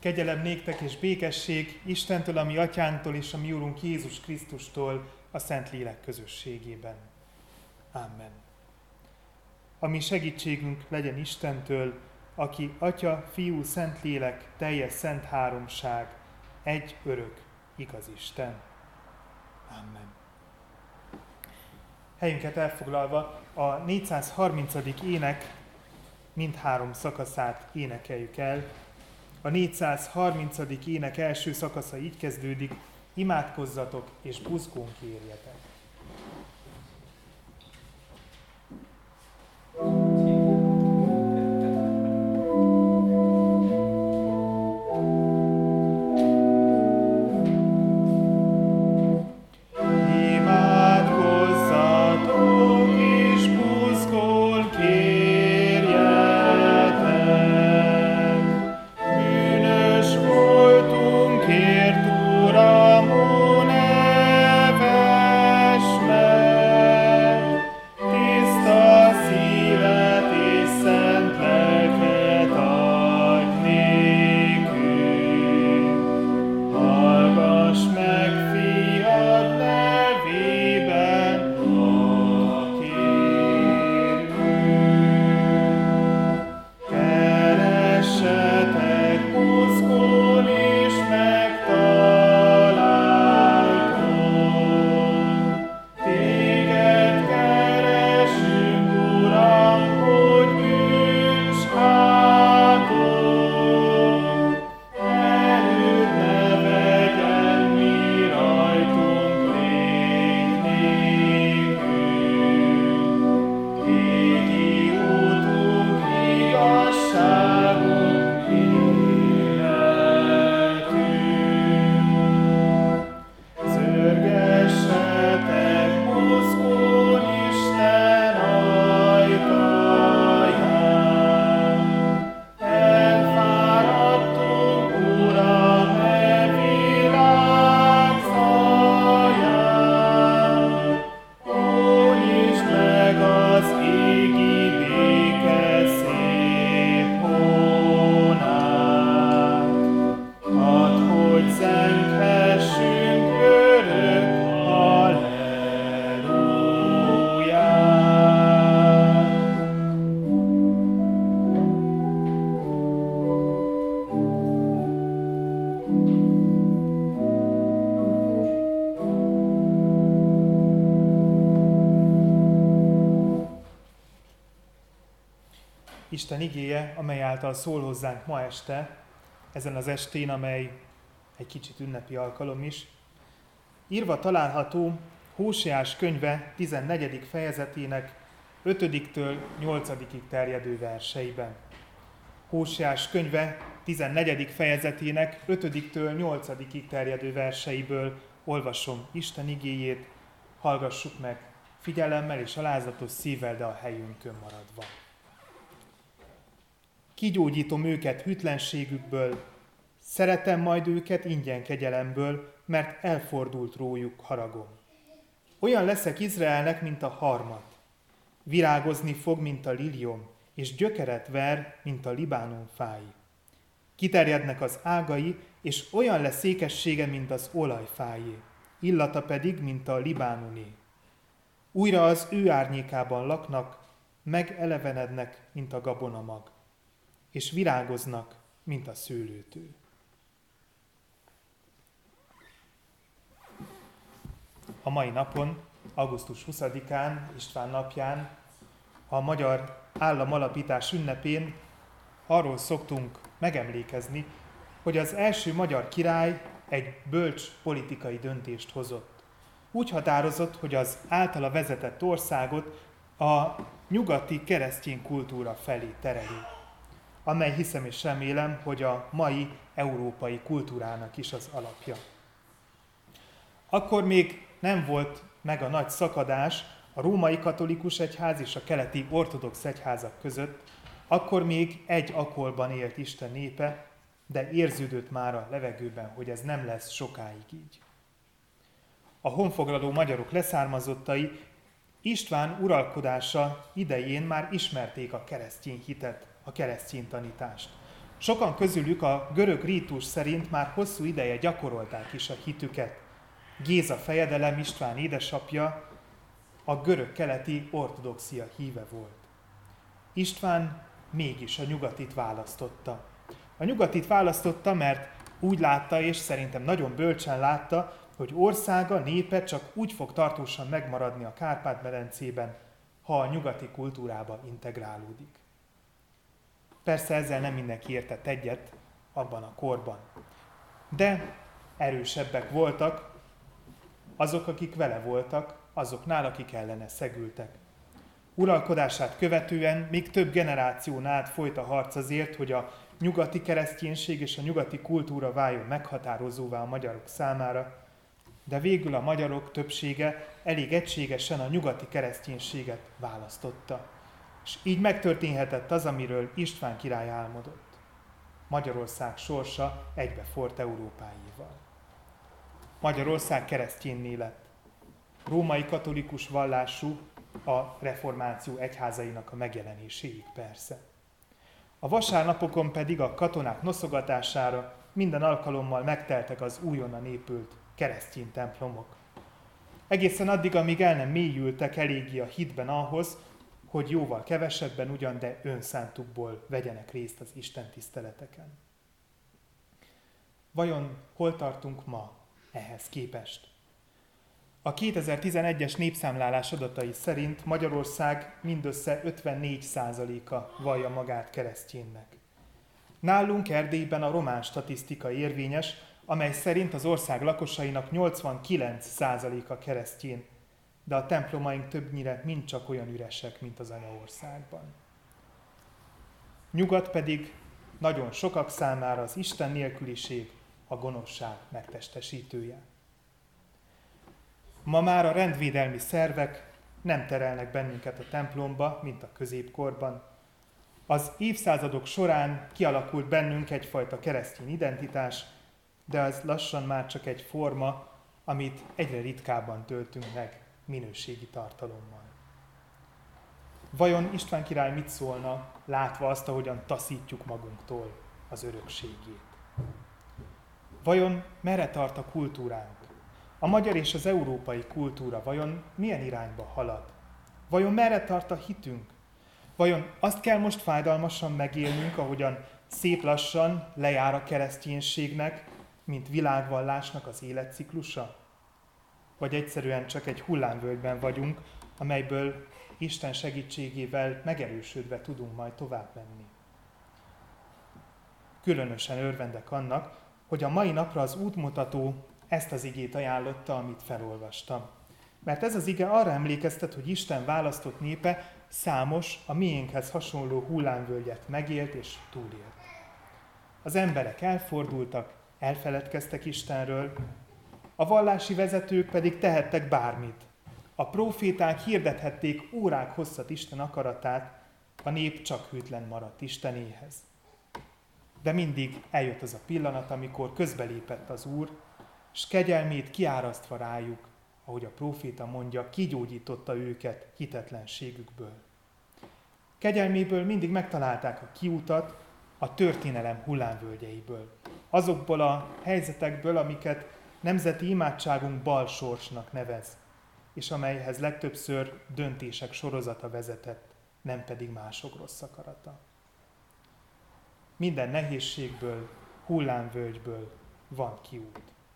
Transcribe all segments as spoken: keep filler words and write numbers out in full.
Kegyelem néktek és békesség Istentől, a mi atyánktól és a mi Úrunk Jézus Krisztustól a Szentlélek közösségében. Amen. A mi segítségünk legyen Istentől, aki Atya, Fiú, Szentlélek, teljes szent háromság, egy örök, igaz Isten. Amen. Helyünket elfoglalva a négyszázharmincadik ének mindhárom szakaszát énekeljük el. A négyszázharmincadik ének első szakasza így kezdődik: imádkozzatok és buzgón kérjetek. Isten igéje, amely által szól hozzánk ma este, ezen az estén, amely egy kicsit ünnepi alkalom is, írva található Hóseás könyve tizennegyedik fejezetének ötödiktől nyolcadikig terjedő verseiben. Hóseás könyve tizennegyedik fejezetének ötödiktől nyolcadikig terjedő verseiből olvasom Isten igéjét, hallgassuk meg figyelemmel és alázatos szívvel, de a helyünkön maradva. Kigyógyítom őket hűtlenségükből, szeretem majd őket ingyen kegyelemből, mert elfordult rójuk haragom. Olyan leszek Izraelnek, mint a harmat. Virágozni fog, mint a liliom, és gyökeret ver, mint a Libánon fái. Kiterjednek az ágai, és olyan lesz ékessége, mint az olajfájé, illata pedig, mint a Libánoné. Újra az ő árnyékában laknak, megelevenednek, mint a gabonamag, és virágoznak, mint a szőlőtő. A mai napon, augusztus huszadikán, István napján, a magyar államalapítás ünnepén arról szoktunk megemlékezni, hogy az első magyar király egy bölcs politikai döntést hozott. Úgy határozott, hogy az általa vezetett országot a nyugati keresztény kultúra felé tereli, amely hiszem és remélem, hogy a mai európai kultúrának is az alapja. Akkor még nem volt meg a nagy szakadás a római katolikus egyház és a keleti ortodox egyházak között, akkor még egy akolban élt Isten népe, de érződött már a levegőben, hogy ez nem lesz sokáig így. A honfoglaló magyarok leszármazottai István uralkodása idején már ismerték a keresztény hitet, a keresztény tanítást. Sokan közülük a görög rítus szerint már hosszú ideje gyakorolták is a hitüket. Géza fejedelem, István édesapja a görög-keleti ortodoxia híve volt. István mégis a nyugatit választotta. A nyugatit választotta, mert úgy látta, és szerintem nagyon bölcsen látta, hogy országa, népe csak úgy fog tartósan megmaradni a Kárpát-medencében, ha a nyugati kultúrába integrálódik. Persze ezzel nem mindenki értett egyet abban a korban. De erősebbek voltak azok, akik vele voltak, azoknál, akik ellene szegültek. Uralkodását követően még több generáción át folyt a harc azért, hogy a nyugati kereszténység és a nyugati kultúra váljon meghatározóvá a magyarok számára, de végül a magyarok többsége elég egységesen a nyugati kereszténységet választotta. És így megtörténhetett az, amiről István király álmodott. Magyarország sorsa egybefort Európáéval. Magyarország keresztényné lett. Római katolikus vallású, a reformáció egyházainak a megjelenéséig persze. A vasárnapokon pedig a katonák noszogatására minden alkalommal megteltek az újonnan épült keresztény templomok. Egészen addig, amíg el nem mélyültek eléggé a hitben ahhoz, hogy jóval kevesebben ugyan, de önszántukból vegyenek részt az istentiszteleteken. Vajon hol tartunk ma ehhez képest? A kétezer-tizenegyes népszámlálás adatai szerint Magyarország mindössze ötvennégy százaléka vallja magát kereszténynek. Nálunk Erdélyben a román statisztika érvényes, amely szerint az ország lakosainak nyolcvankilenc százaléka keresztény, de a templomaink többnyire mind csak olyan üresek, mint az anyaországban. Nyugat pedig nagyon sokak számára az Isten nélküliség, a gonoszság megtestesítője. Ma már a rendvédelmi szervek nem terelnek bennünket a templomba, mint a középkorban. Az évszázadok során kialakult bennünk egyfajta keresztény identitás, de az lassan már csak egy forma, amit egyre ritkábban töltünk meg minőségi tartalommal. Vajon István király mit szólna, látva azt, ahogyan taszítjuk magunktól az örökségét? Vajon merre tart a kultúránk? A magyar és az európai kultúra vajon milyen irányba halad? Vajon merre tart a hitünk? Vajon azt kell most fájdalmasan megélnünk, ahogyan szép lassan lejár a kereszténységnek, mint világvallásnak az életciklusa? Vagy egyszerűen csak egy hullámvölgyben vagyunk, amelyből Isten segítségével megerősödve tudunk majd tovább menni? Különösen örvendek annak, hogy a mai napra az útmutató ezt az igét ajánlotta, amit felolvastam. Mert ez az ige arra emlékeztet, hogy Isten választott népe számos, a miénkhez hasonló hullámvölgyet megélt és túlélt. Az emberek elfordultak, elfeledkeztek Istenről, a vallási vezetők pedig tehettek bármit. A próféták hirdethették órák hosszat Isten akaratát, a nép csak hűtlen maradt Istenéhez. De mindig eljött az a pillanat, amikor közbelépett az Úr, s kegyelmét kiárasztva rájuk, ahogy a próféta mondja, kigyógyította őket hitetlenségükből. Kegyelméből mindig megtalálták a kiutat a történelem hullámvölgyeiből. Azokból a helyzetekből, amiket nemzeti imádságunk balsorsnak nevez, és amelyhez legtöbbször döntések sorozata vezetett, nem pedig mások rossz akarata. Minden nehézségből, hullámvölgyből van kiút.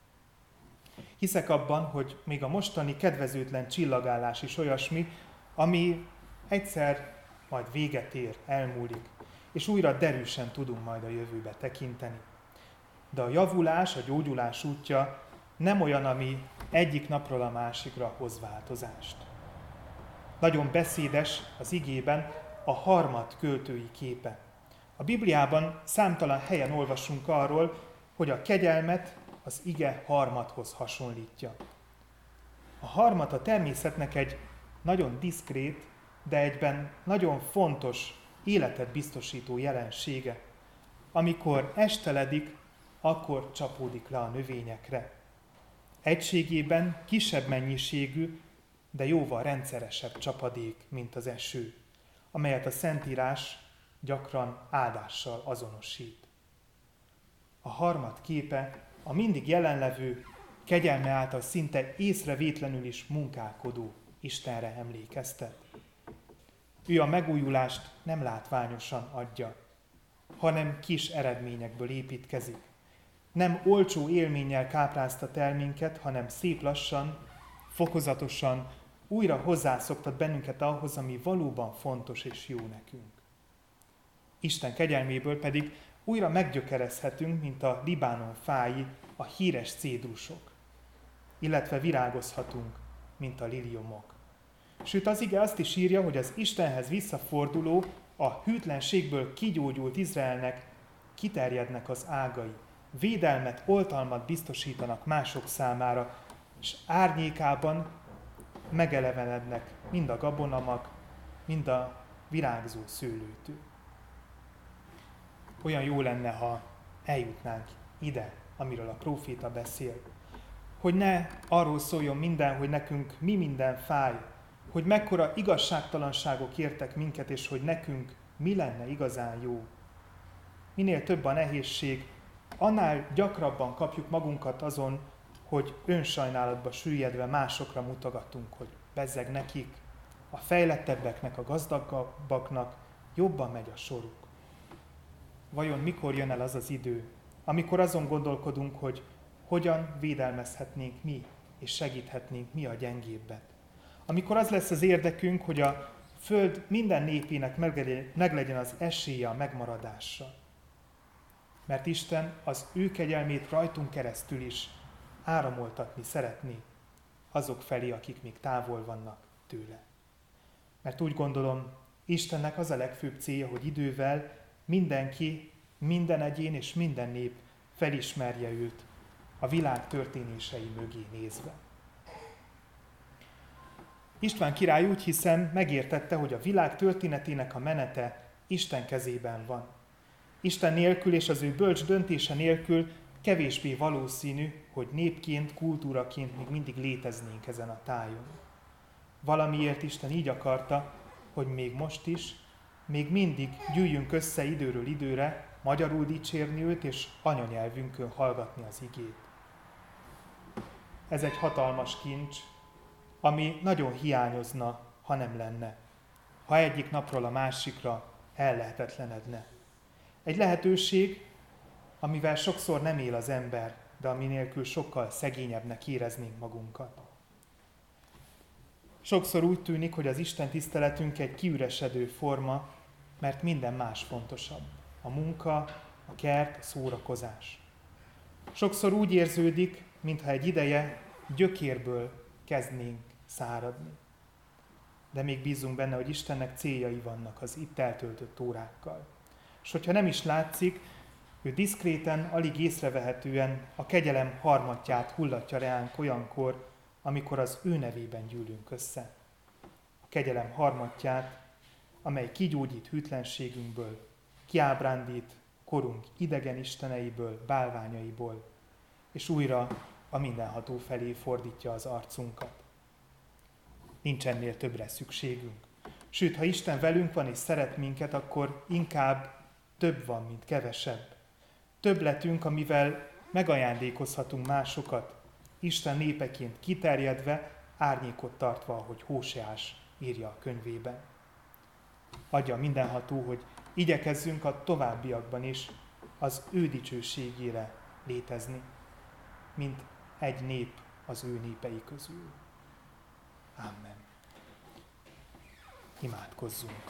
Hiszek abban, hogy még a mostani kedvezőtlen csillagállás is olyasmi, ami egyszer majd véget ér, elmúlik, és újra derűsen tudunk majd a jövőbe tekinteni. De a javulás, a gyógyulás útja nem olyan, ami egyik napról a másikra hoz változást. Nagyon beszédes az igében a harmad költői képe. A Bibliában számtalan helyen olvasunk arról, hogy a kegyelmet az ige harmadhoz hasonlítja. A harmad a természetnek egy nagyon diszkrét, de egyben nagyon fontos, életet biztosító jelensége. Amikor esteledik, akkor csapódik le a növényekre. Egységében kisebb mennyiségű, de jóval rendszeresebb csapadék, mint az eső, amelyet a Szentírás gyakran áldással azonosít. A harmad képe a mindig jelenlevő, kegyelme által szinte észrevétlenül is munkálkodó Istenre emlékeztet. Ő a megújulást nem látványosan adja, hanem kis eredményekből építkezik. Nem olcsó élménnyel kápráztat el minket, hanem szép lassan, fokozatosan újra hozzászoktat bennünket ahhoz, ami valóban fontos és jó nekünk. Isten kegyelméből pedig újra meggyökerezhetünk, mint a Libánon fái, a híres cédrusok, illetve virágozhatunk, mint a liliomok. Sőt, az ige azt is írja, hogy az Istenhez visszaforduló, a hűtlenségből kigyógyult Izraelnek kiterjednek az ágai, védelmet, oltalmat biztosítanak mások számára, és árnyékában megelevenednek mind a gabonamag, mind a virágzó szőlőtő. Olyan jó lenne, ha eljutnánk ide, amiről a próféta beszél. Hogy ne arról szóljon minden, hogy nekünk mi minden fáj, hogy mekkora igazságtalanságok értek minket, és hogy nekünk mi lenne igazán jó. Minél több a nehézség, annál gyakrabban kapjuk magunkat azon, hogy önsajnálatba süllyedve másokra mutogatunk, hogy bezzeg nekik, a fejlettebbeknek, a gazdagabbaknak jobban megy a soruk. Vajon mikor jön el az az idő, amikor azon gondolkodunk, hogy hogyan védelmezhetnénk mi, és segíthetnénk mi a gyengébbet? Amikor az lesz az érdekünk, hogy a föld minden népének meglegyen az esélye a megmaradásra. Mert Isten az ő kegyelmét rajtunk keresztül is áramoltatni szeretné azok felé, akik még távol vannak tőle. Mert úgy gondolom, Istennek az a legfőbb célja, hogy idővel mindenki, minden egyén és minden nép felismerje őt a világ történései mögé nézve. István király úgy hiszem megértette, hogy a világ történetének a menete Isten kezében van. Isten nélkül és az ő bölcs döntése nélkül kevésbé valószínű, hogy népként, kultúraként még mindig léteznénk ezen a tájon. Valamiért Isten így akarta, hogy még most is, még mindig gyűjjünk össze időről időre, magyarul dicsérni őt és anyanyelvünkön hallgatni az igét. Ez egy hatalmas kincs, ami nagyon hiányozna, ha nem lenne, ha egyik napról a másikra ellehetetlenedne. Egy lehetőség, amivel sokszor nem él az ember, de ami nélkül sokkal szegényebbnek éreznénk magunkat. Sokszor úgy tűnik, hogy az Isten tiszteletünk egy kiüresedő forma, mert minden más fontosabb. A munka, a kert, a szórakozás. Sokszor úgy érződik, mintha egy ideje gyökérből kezdnénk száradni. De még bízunk benne, hogy Istennek céljai vannak az itt eltöltött órákkal. És hogyha nem is látszik, ő diszkréten, alig észrevehetően a kegyelem harmatját hullatja reánk olyankor, amikor az ő nevében gyűlünk össze. A kegyelem harmatját, amely kigyógyít hűtlenségünkből, kiábrándít korunk idegen isteneiből, bálványaiból, és újra a mindenható felé fordítja az arcunkat. Nincs ennél többre szükségünk. Sőt, ha Isten velünk van és szeret minket, akkor inkább több van, mint kevesebb. Többletünk, amivel megajándékozhatunk másokat, Isten népeként kiterjedve, árnyékot tartva, ahogy Hóseás írja a könyvében. Adja mindenható, hogy igyekezzünk a továbbiakban is az ő dicsőségére létezni, mint egy nép az ő népei közül. Amen. Imádkozzunk.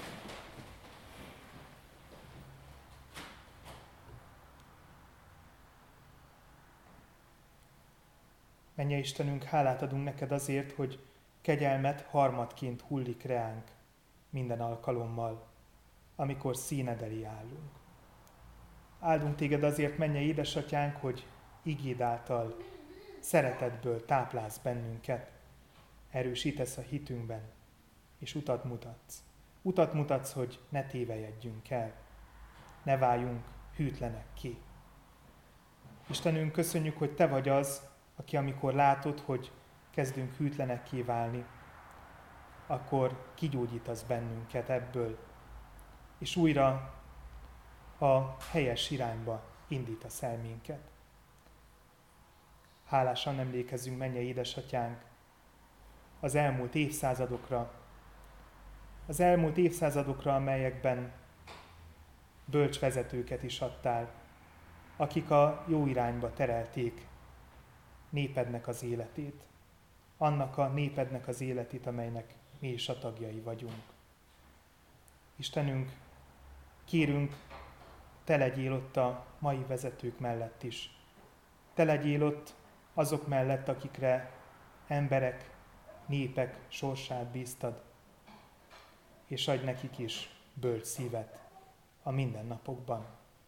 Mennyei Istenünk, hálát adunk neked azért, hogy kegyelmet harmadként hullik reánk minden alkalommal, amikor színed elé állunk. Áldunk téged azért, mennyei édesatyánk, hogy igéd által szeretetből táplálsz bennünket, erősítesz a hitünkben, és utat mutatsz. Utat mutatsz, hogy ne tévejedjünk el, ne váljunk hűtlenek ki. Istenünk, köszönjük, hogy te vagy az, aki amikor látod, hogy kezdünk hűtlenekké válni, akkor kigyógyítasz bennünket ebből, és újra a helyes irányba indítasz el minket. Hálásan emlékezzünk, mennyei édesatyánk, az elmúlt évszázadokra, az elmúlt évszázadokra, amelyekben bölcs vezetőket is adtál, akik a jó irányba terelték népednek az életét, annak a népednek az életét, amelynek mi is a tagjai vagyunk. Istenünk, kérünk, te legyél ott a mai vezetők mellett is. Te legyél ott azok mellett, akikre emberek, népek sorsát bíztad, és adj nekik is bölcs szívet a mindennapokban.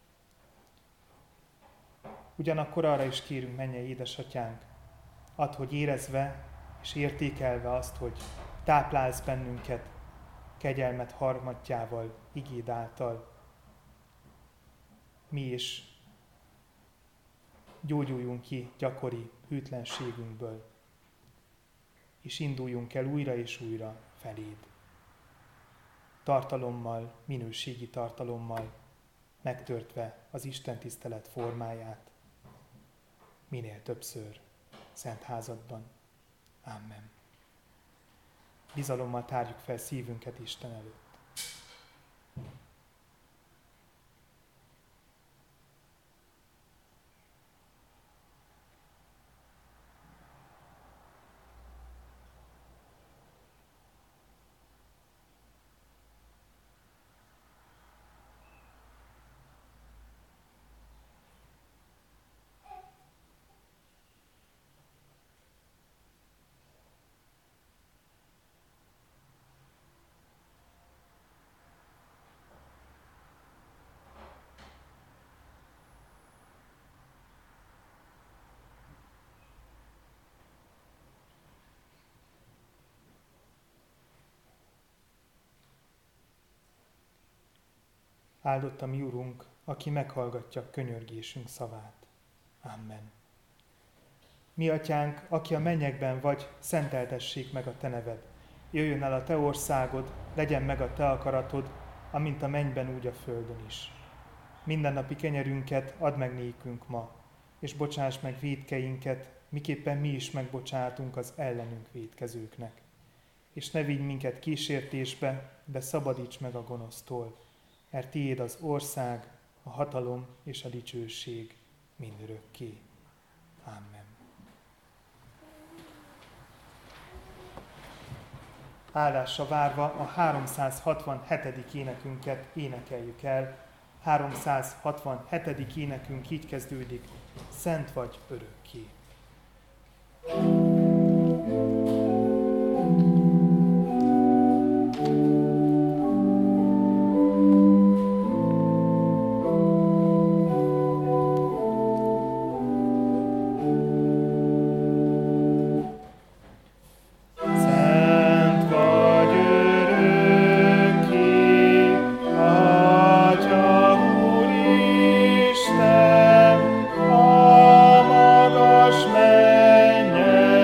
Ugyanakkor arra is kérünk, mennyei édesatyánk, add, hogy érezve és értékelve azt, hogy táplálsz bennünket kegyelmet harmatjával, igéd által, mi is gyógyuljunk ki gyakori hűtlenségünkből, és induljunk el újra és újra feléd. Tartalommal, minőségi tartalommal, megtörtve az Isten tisztelet formáját, minél többször szent házadban. Amen. Bizalommal tárjuk fel szívünket Isten előtt. Áldott a mi Urunk, aki meghallgatja könyörgésünk szavát. Amen. Mi atyánk, aki a mennyekben vagy, szenteltessék meg a te neved. Jöjjön el a te országod, legyen meg a te akaratod, amint a mennyben, úgy a földön is. Mindennapi kenyerünket add meg nékünk ma, és bocsáss meg vétkeinket, miképpen mi is megbocsátunk az ellenünk vétkezőknek. És ne vigy minket kísértésbe, de szabadíts meg a gonosztól, mert tiéd az ország, a hatalom és a dicsőség mindörökké. Amen. Áldásra várva a háromszázhatvanhetedik énekünket énekeljük el. háromszázhatvanhetedik énekünk így kezdődik: Szent vagy örökké. Isten, a magas mennyek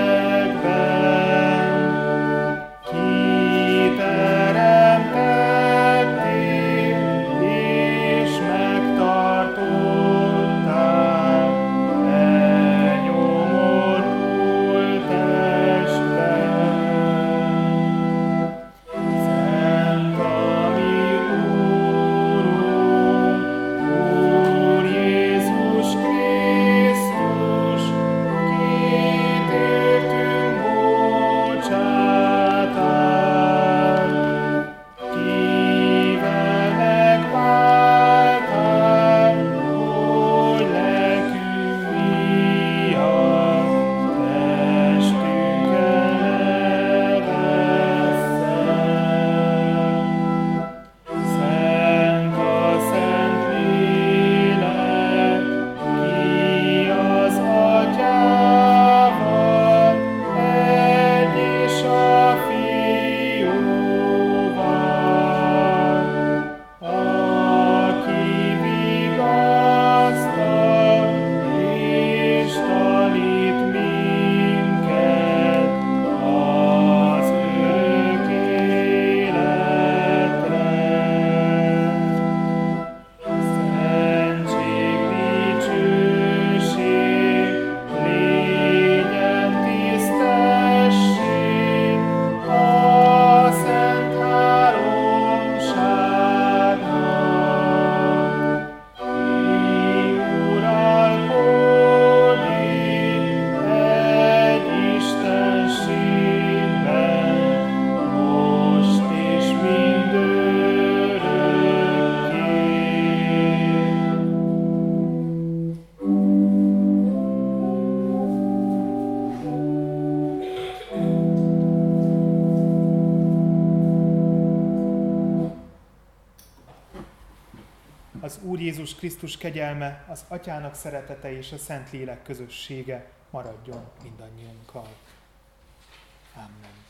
Az Úr Jézus Krisztus kegyelme, az Atyának szeretete és a Szentlélek közössége maradjon mindannyiunkkal. Amen.